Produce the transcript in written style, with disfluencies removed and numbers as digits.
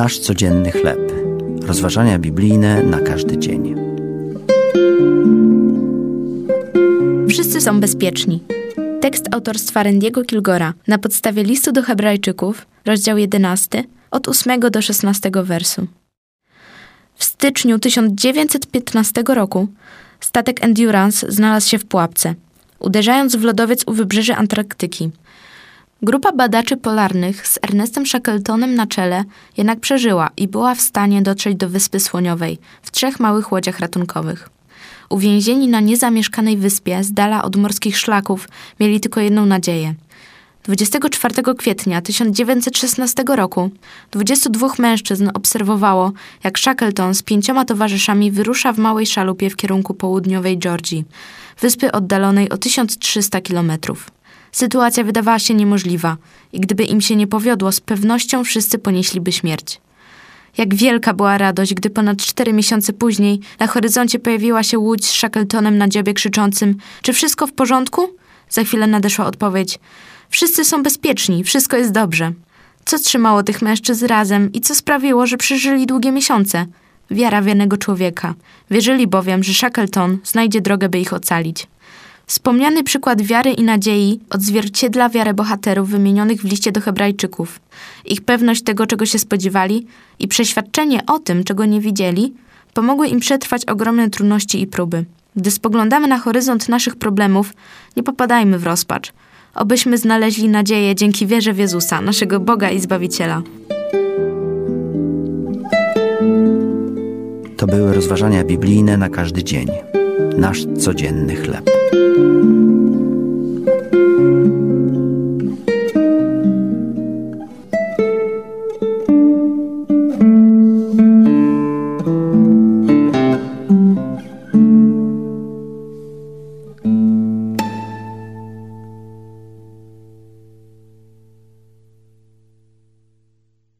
Nasz codzienny chleb. Rozważania biblijne na każdy dzień. Wszyscy są bezpieczni. Tekst autorstwa Randy'ego Kilgora na podstawie listu do Hebrajczyków, rozdział 11, od 8 do 16 wersu. W styczniu 1915 roku statek Endurance znalazł się w pułapce, uderzając w lodowiec u wybrzeży Antarktyki. Grupa badaczy polarnych z Ernestem Shackletonem na czele jednak przeżyła i była w stanie dotrzeć do Wyspy Słoniowej w 3 małych łodziach ratunkowych. Uwięzieni na niezamieszkanej wyspie z dala od morskich szlaków mieli tylko jedną nadzieję. 24 kwietnia 1916 roku 22 mężczyzn obserwowało, jak Shackleton z 5 towarzyszami wyrusza w małej szalupie w kierunku południowej Georgii, wyspy oddalonej o 1300 kilometrów. Sytuacja wydawała się niemożliwa i gdyby im się nie powiodło, z pewnością wszyscy ponieśliby śmierć. Jak wielka była radość, gdy ponad 4 miesiące później na horyzoncie pojawiła się łódź z Shackletonem na dziobie krzyczącym: czy wszystko w porządku? Za chwilę nadeszła odpowiedź: wszyscy są bezpieczni, wszystko jest dobrze. Co trzymało tych mężczyzn razem i co sprawiło, że przeżyli długie miesiące? Wiara w jednego człowieka. Wierzyli bowiem, że Shackleton znajdzie drogę, by ich ocalić. Wspomniany przykład wiary i nadziei odzwierciedla wiarę bohaterów wymienionych w liście do Hebrajczyków. Ich pewność tego, czego się spodziewali i przeświadczenie o tym, czego nie widzieli, pomogły im przetrwać ogromne trudności i próby. Gdy spoglądamy na horyzont naszych problemów, nie popadajmy w rozpacz. Obyśmy znaleźli nadzieję dzięki wierze w Jezusa, naszego Boga i Zbawiciela. To były rozważania biblijne na każdy dzień. Nasz codzienny chleb.